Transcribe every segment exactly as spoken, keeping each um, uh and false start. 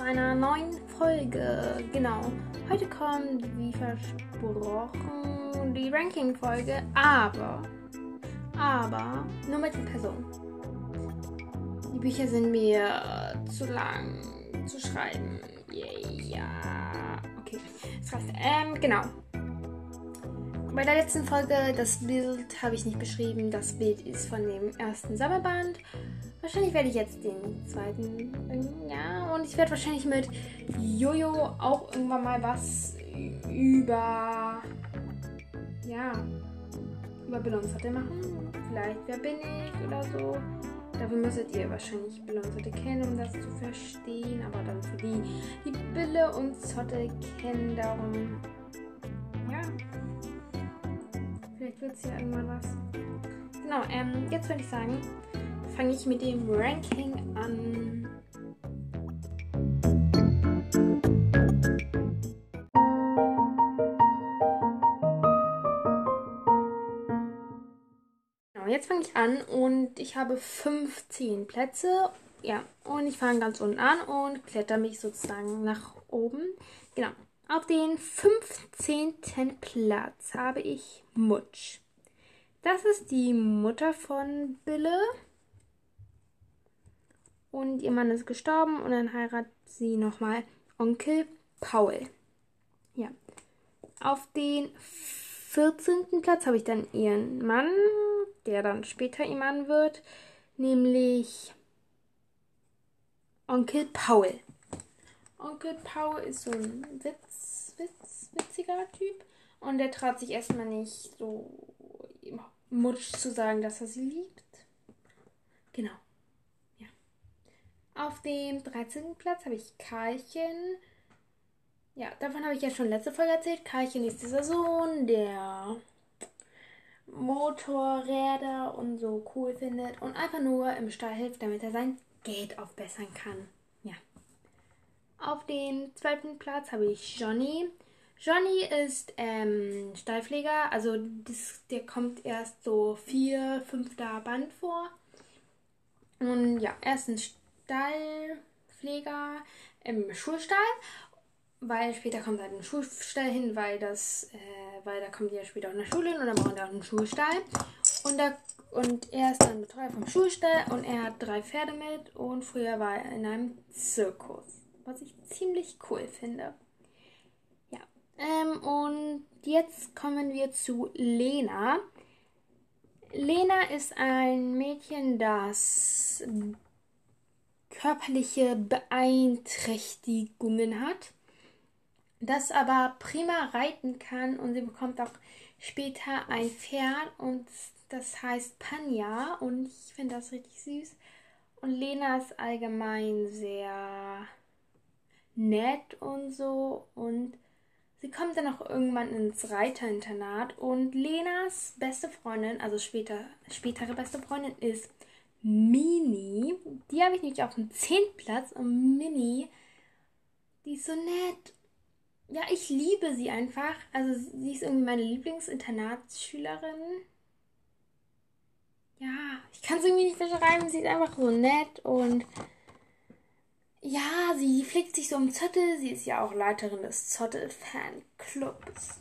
einer neuen Folge. Genau. Heute kommt, wie versprochen, die Ranking-Folge, aber, aber nur mit den Personen. Die Bücher sind mir zu lang zu schreiben. Yeah. Okay, das reicht. Ähm, genau. Bei der letzten Folge, das Bild habe ich nicht beschrieben. Das Bild ist von dem ersten Sammelband. Wahrscheinlich werde ich jetzt den zweiten, ja, und ich werde wahrscheinlich mit Jojo auch irgendwann mal was über, ja, über Bellonzette machen. Vielleicht Wer bin ich oder so. Dafür müsstet ihr wahrscheinlich Bellonzette kennen, um das zu verstehen. Aber dann für die, die Bille und Zotte kennen, darum, ja, vielleicht wird es ja irgendwann was. Genau, ähm, jetzt würde ich sagen, fange ich mit dem Ranking an. Genau, jetzt fange ich an und ich habe fünfzehn Plätze. Ja, und ich fange ganz unten an und kletter mich sozusagen nach oben. Genau, auf den fünfzehnten Platz habe ich Mutsch. Das ist die Mutter von Bille. Und ihr Mann ist gestorben und dann heiratet sie nochmal Onkel Paul. Ja. Auf den vierzehnten Platz habe ich dann ihren Mann, der dann später ihr Mann wird, nämlich Onkel Paul. Onkel Paul ist so ein Witz, Witz, witziger Typ und der traut sich erstmal nicht so Mutsch zu sagen, dass er sie liebt. Genau. Auf dem dreizehnten Platz habe ich Karlchen. Ja, davon habe ich ja schon letzte Folge erzählt. Karlchen ist dieser Sohn, der Motorräder und so cool findet und einfach nur im Stall hilft, damit er sein Geld aufbessern kann. Ja. Auf dem zweiten Platz habe ich Johnny. Johnny ist ähm, Stallpfleger, also das, der kommt erst so vier, fünfter Band vor. Und ja, er ist ein Stallpfleger im Schulstall, weil später kommt halt ein Schulstall hin, weil das, äh, weil da kommen die ja später auch in der Schule hin und dann brauchen die auch einen Schulstall. Und, da, und er ist dann Betreuer vom Schulstall und er hat drei Pferde mit und früher war er in einem Zirkus, was ich ziemlich cool finde. Ja, ähm, und jetzt kommen wir zu Lena. Lena ist ein Mädchen, das körperliche Beeinträchtigungen hat, das aber prima reiten kann und sie bekommt auch später ein Pferd und das heißt Panja und ich finde das richtig süß. Und Lena ist allgemein sehr nett und so und sie kommt dann auch irgendwann ins Reiterinternat und Lenas beste Freundin, also später, spätere beste Freundin ist Mini. Die habe ich nämlich auf dem zehnten Platz und Mini, die ist so nett. Ja, ich liebe sie einfach. Also sie ist irgendwie meine Lieblingsinternatsschülerin. Ja, ich kann es irgendwie nicht beschreiben. Sie ist einfach so nett und ja, sie pflegt sich so um Zotte. Sie ist ja auch Leiterin des Zotte-Fanclubs.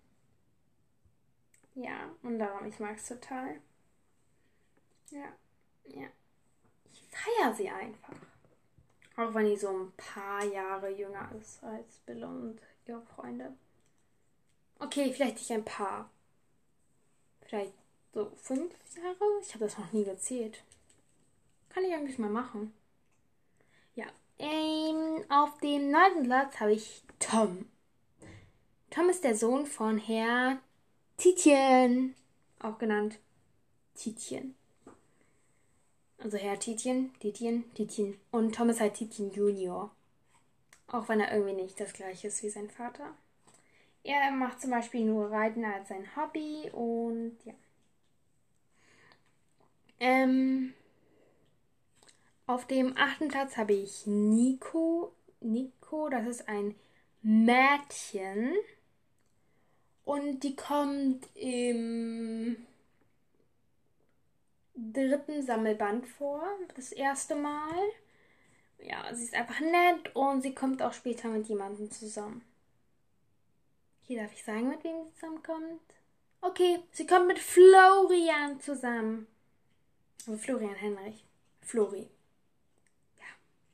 Ja, und darum, ich mag es total. Ja, ja. Ich feiere sie einfach. Auch wenn die so ein paar Jahre jünger ist als Bille und ihre Freunde. Okay, vielleicht nicht ein paar. Vielleicht so fünf Jahre? Ich habe das noch nie gezählt. Kann ich eigentlich mal machen. Ja. Ähm, auf dem neunten Platz habe ich Tom. Tom ist der Sohn von Herr Tietjen. Auch genannt Tietjen. Also Herr Tietjen, Tietjen, Tietjen. Und Tom ist halt Tietjen Junior. Auch wenn er irgendwie nicht das gleiche ist wie sein Vater. Er macht zum Beispiel nur Reiten als sein Hobby und ja. Ähm, auf dem achten Platz habe ich Nico. Nico, das ist ein Mädchen. Und die kommt im dritten Sammelband vor, das erste Mal. Ja, sie ist einfach nett und sie kommt auch später mit jemandem zusammen. Hier darf ich sagen, mit wem sie zusammenkommt. Okay, sie kommt mit Florian zusammen. Also Florian Henrich. Flori. Ja.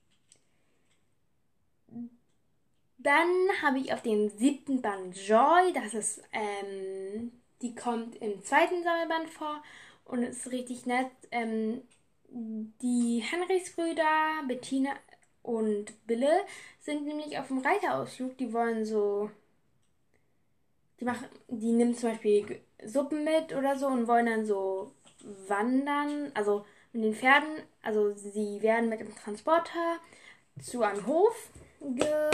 Dann habe ich auf dem siebten Band Joy. Das ist, ähm, die kommt im zweiten Sammelband vor und ist richtig nett. Ähm, die Henrichs Brüder, Bettina und Bille, sind nämlich auf dem Reiterausflug. Die wollen so. Die machen, die nehmen zum Beispiel Suppen mit oder so und wollen dann so wandern, also mit den Pferden, also sie werden mit dem Transporter zu einem Hof ge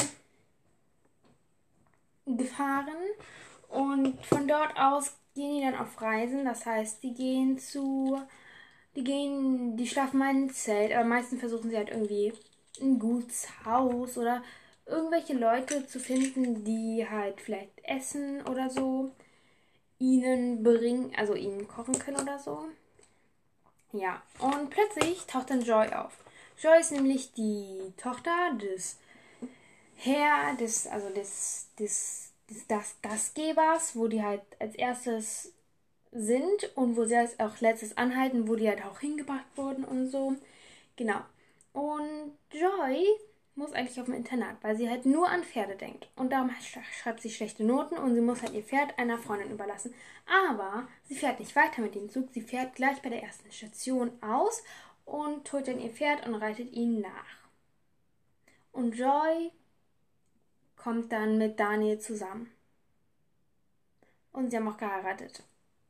gefahren und von dort aus gehen die dann auf Reisen, das heißt, die gehen zu, die gehen, die schlafen mal in ein Zelt, aber meistens versuchen sie halt irgendwie ein Gutshaus oder irgendwelche Leute zu finden, die halt vielleicht essen oder so ihnen bringen, also ihnen kochen können oder so. Ja, und plötzlich taucht dann Joy auf. Joy ist nämlich die Tochter des Herr, des, also des, des, des, des Gastgebers, wo die halt als erstes sind und wo sie als auch letztes anhalten, wo die halt auch hingebracht wurden und so. Genau. Und Joy muss eigentlich auf dem Internat, weil sie halt nur an Pferde denkt. Und darum schreibt sie schlechte Noten und sie muss halt ihr Pferd einer Freundin überlassen. Aber sie fährt nicht weiter mit dem Zug. Sie fährt gleich bei der ersten Station aus und holt dann ihr Pferd und reitet ihnen nach. Und Joy kommt dann mit Daniel zusammen. Und sie haben auch geheiratet.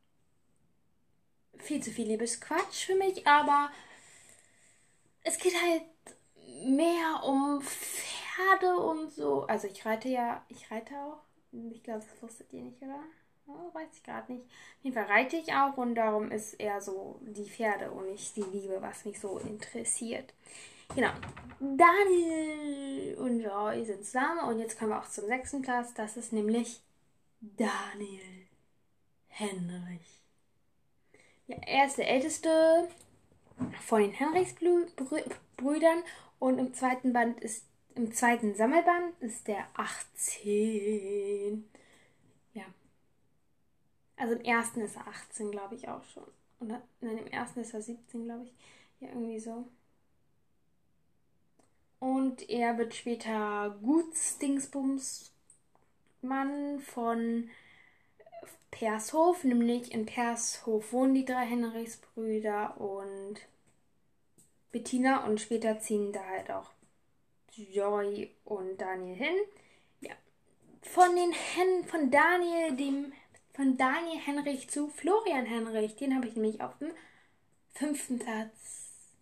Viel zu viel Liebesquatsch für mich, aber es geht halt mehr um Pferde und so. Also ich reite ja, ich reite auch. Ich glaube, das wusstet ihr nicht, oder? Oh, weiß ich gerade nicht. Auf jeden Fall reite ich auch und darum ist eher so die Pferde und nicht die Liebe, was mich so interessiert. Genau. Daniel und Joy sind zusammen und jetzt kommen wir auch zum sechsten Platz. Das ist nämlich Daniel Henrich. Ja, er ist der älteste von den Henrichs Brüdern und im zweiten Band ist, im zweiten Sammelband ist der achtzehn. Ja. Also im ersten ist er achtzehn, glaube ich auch schon. Oder nein, im ersten ist er siebzehn, glaube ich. Ja, irgendwie so. Und er wird später Gutsdingsbums Mann von Pershof, nämlich in Pershof wohnen die drei Henrichs Brüder und Bettina und später ziehen da halt auch Joy und Daniel hin. Ja. Von den Hen von Daniel, dem von Daniel Henrich zu Florian Henrich, den habe ich nämlich auf dem fünften Platz.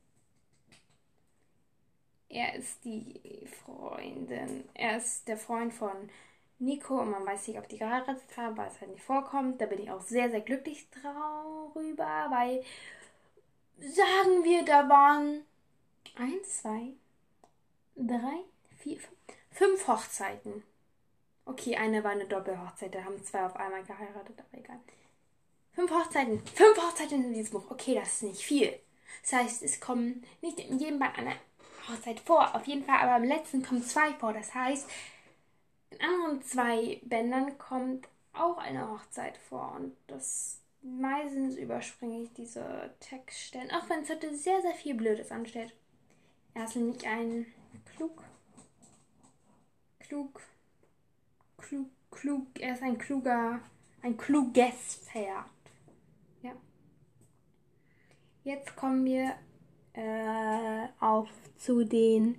Er ist die Freundin, er ist der Freund von Nico und man weiß nicht, ob die geheiratet haben, weil es halt nicht vorkommt. Da bin ich auch sehr, sehr glücklich darüber, weil, sagen wir, da waren eins, zwei, drei, vier, fünf, fünf Hochzeiten. Okay, eine war eine Doppelhochzeit, da haben zwei auf einmal geheiratet, aber egal. Fünf Hochzeiten, fünf Hochzeiten in diesem Buch. Okay, das ist nicht viel. Das heißt, es kommen nicht in jedem Band eine Hochzeit vor, auf jeden Fall, aber im letzten kommen zwei vor. Das heißt, in anderen zwei Bändern kommt auch eine Hochzeit vor und das meistens überspringe ich diese Textstellen, auch wenn es heute sehr, sehr viel Blödes ansteht. Er ist nämlich ein klug, klug, klug, klug, er ist ein kluger, ein kluges Pferd. Ja. Jetzt kommen wir äh, auf zu den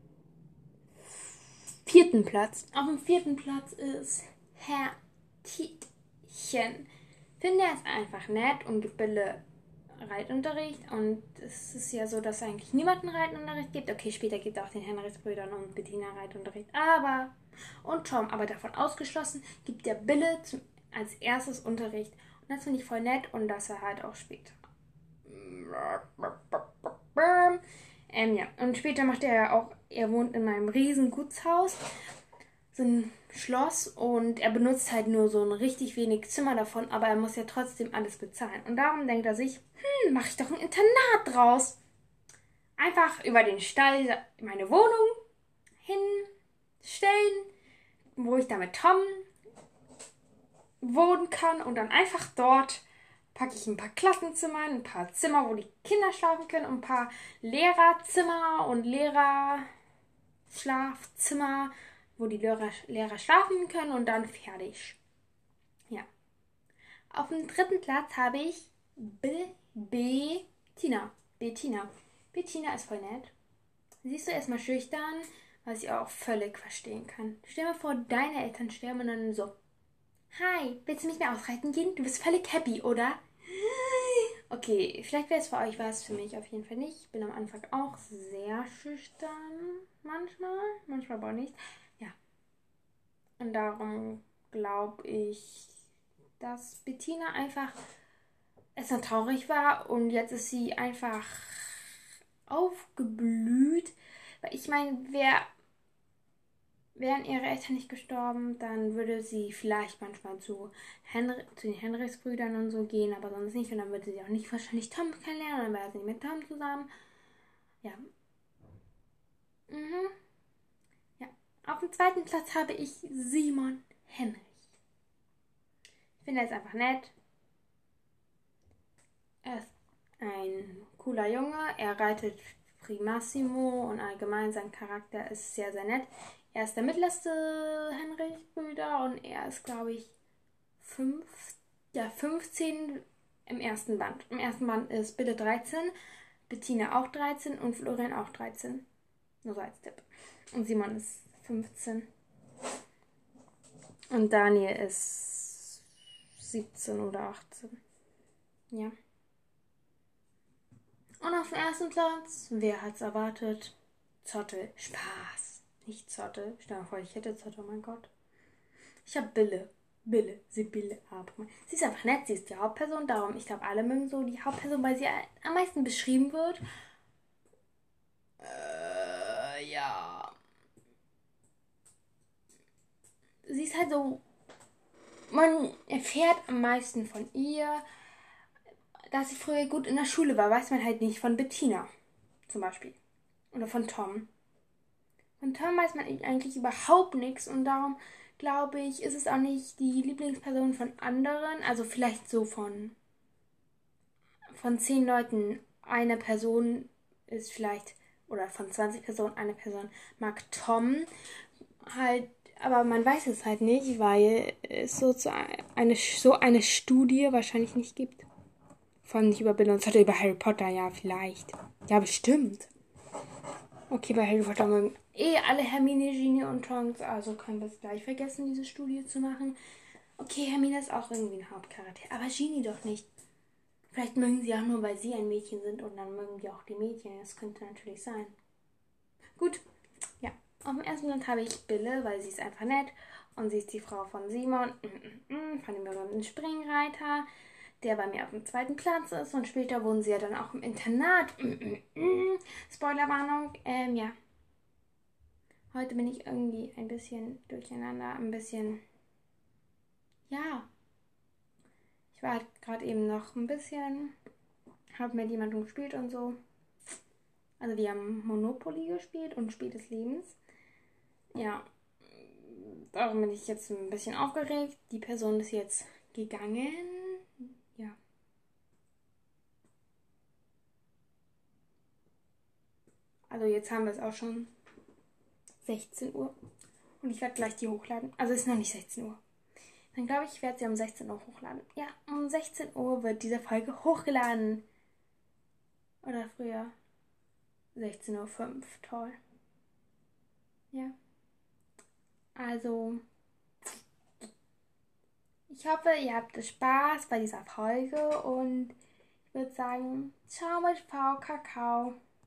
vierten Platz. Auf dem vierten Platz ist Herr Tietchen. Finde er ist einfach nett und gibt Bille Reitunterricht. Und es ist ja so, dass eigentlich niemanden Reitunterricht gibt. Okay, später gibt es auch den Henrichs Brüdern und Bettina Reitunterricht. Aber, und Tom, aber davon ausgeschlossen, gibt der Bille zum, als erstes Unterricht. Und das finde ich voll nett und das er halt auch später. Ähm, ja, und später macht er ja auch, er wohnt in einem riesen Gutshaus, so ein Schloss und er benutzt halt nur so ein richtig wenig Zimmer davon, aber er muss ja trotzdem alles bezahlen. Und darum denkt er sich, hm, mache ich doch ein Internat draus. einfach über den Stall meine Wohnung hinstellen, wo ich dann mit Tom wohnen kann und dann einfach dort packe ich ein paar Klassenzimmer, ein paar Zimmer, wo die Kinder schlafen können und ein paar Lehrerzimmer und Lehrerschlafzimmer, wo die Lehrer, Lehrer schlafen können und dann fertig. Ja. Auf dem dritten Platz habe ich B Bettina. Bettina. Bettina ist voll nett. Siehst du, erstmal schüchtern, was ich auch völlig verstehen kann. Stell dir mal vor, deine Eltern sterben und dann so: Hi, willst du mit mir ausreiten gehen? Du bist völlig happy, oder? Okay, vielleicht wäre es für euch was, für mich auf jeden Fall nicht. Ich bin am Anfang auch sehr schüchtern. Manchmal, manchmal aber auch nicht. Ja. Und darum glaube ich, dass Bettina einfach erstmal traurig war und jetzt ist sie einfach aufgeblüht. Weil ich meine, wer wären ihre Eltern nicht gestorben, dann würde sie vielleicht manchmal zu, Henry, zu den Henrichs-Brüdern und so gehen, aber sonst nicht. Und dann würde sie auch nicht wahrscheinlich Tom kennenlernen, dann wäre sie nicht mit Tom zusammen. Ja. Mhm. Ja. Auf dem zweiten Platz habe ich Simon Henrich. Ich finde, er ist einfach nett. Er ist ein cooler Junge. Er reitet Primassimo und allgemein sein Charakter ist sehr, sehr nett. Er ist der mittlerste Henrich-Brüder und er ist, glaube ich, fünf, ja, fünfzehn im ersten Band. Im ersten Band ist Bille dreizehn, Bettina auch dreizehn und Florian auch dreizehn. Nur so als Tipp. Und Simon ist fünfzehn. Und Daniel ist siebzehn oder achtzehn. Ja. Und auf dem ersten Platz, wer hat's erwartet? Zottel. Spaß. Nicht Zottel. Stell dir mal vor, ich hätte Zottel, oh mein Gott. Ich habe Bille. Bille. Sibylle Abrmann. Sie ist einfach nett, sie ist die Hauptperson. Darum, ich glaube, alle mögen so die Hauptperson, weil sie am meisten beschrieben wird. Äh, ja. Sie ist halt so... Man erfährt am meisten von ihr, dass sie früher gut in der Schule war. Weiß man halt nicht von Bettina zum Beispiel. Oder von Tom. Von Tom weiß man eigentlich überhaupt nichts und darum glaube ich, ist es auch nicht die Lieblingsperson von anderen. Also vielleicht so von, von zehn Leuten eine Person ist vielleicht, oder von zwanzig Personen eine Person mag Tom halt, aber man weiß es halt nicht, weil es so eine, so eine Studie wahrscheinlich nicht gibt. Vor allem nicht über Bill und Ted, über Harry Potter, ja, vielleicht. Ja, bestimmt. Okay, bei Harry Potter mögen eh alle Hermine, Ginny und Tonks, also können wir es gleich vergessen, diese Studie zu machen. Okay, Hermine ist auch irgendwie ein Hauptcharakter, aber Ginny doch nicht. Vielleicht mögen sie auch nur, weil sie ein Mädchen sind und dann mögen die auch die Mädchen. Das könnte natürlich sein. Gut, ja. Auf dem ersten Blatt habe ich Bille, weil sie ist einfach nett und sie ist die Frau von Simon, von dem berühmten Springreiter, der bei mir auf dem zweiten Platz ist und später wohnen sie ja dann auch im Internat. Spoilerwarnung, ähm, ja. Heute bin ich irgendwie ein bisschen durcheinander, ein bisschen, ja. Ich war halt gerade eben noch ein bisschen, habe mit jemandem gespielt und so. Also wir haben Monopoly gespielt und Spiel des Lebens. Ja, darum bin ich jetzt ein bisschen aufgeregt. Die Person ist jetzt gegangen. Ja. Also jetzt haben wir es auch schon sechzehn Uhr. Und ich werde gleich die hochladen. Also es ist noch nicht sechzehn Uhr. Dann glaube ich, ich werde sie um sechzehn Uhr hochladen. Ja, um sechzehn Uhr wird diese Folge hochgeladen. Oder früher. sechzehn Uhr fünf. Toll. Ja. Also, ich hoffe, ihr habt Spaß bei dieser Folge und ich würde sagen, ciao mit V, Kakao.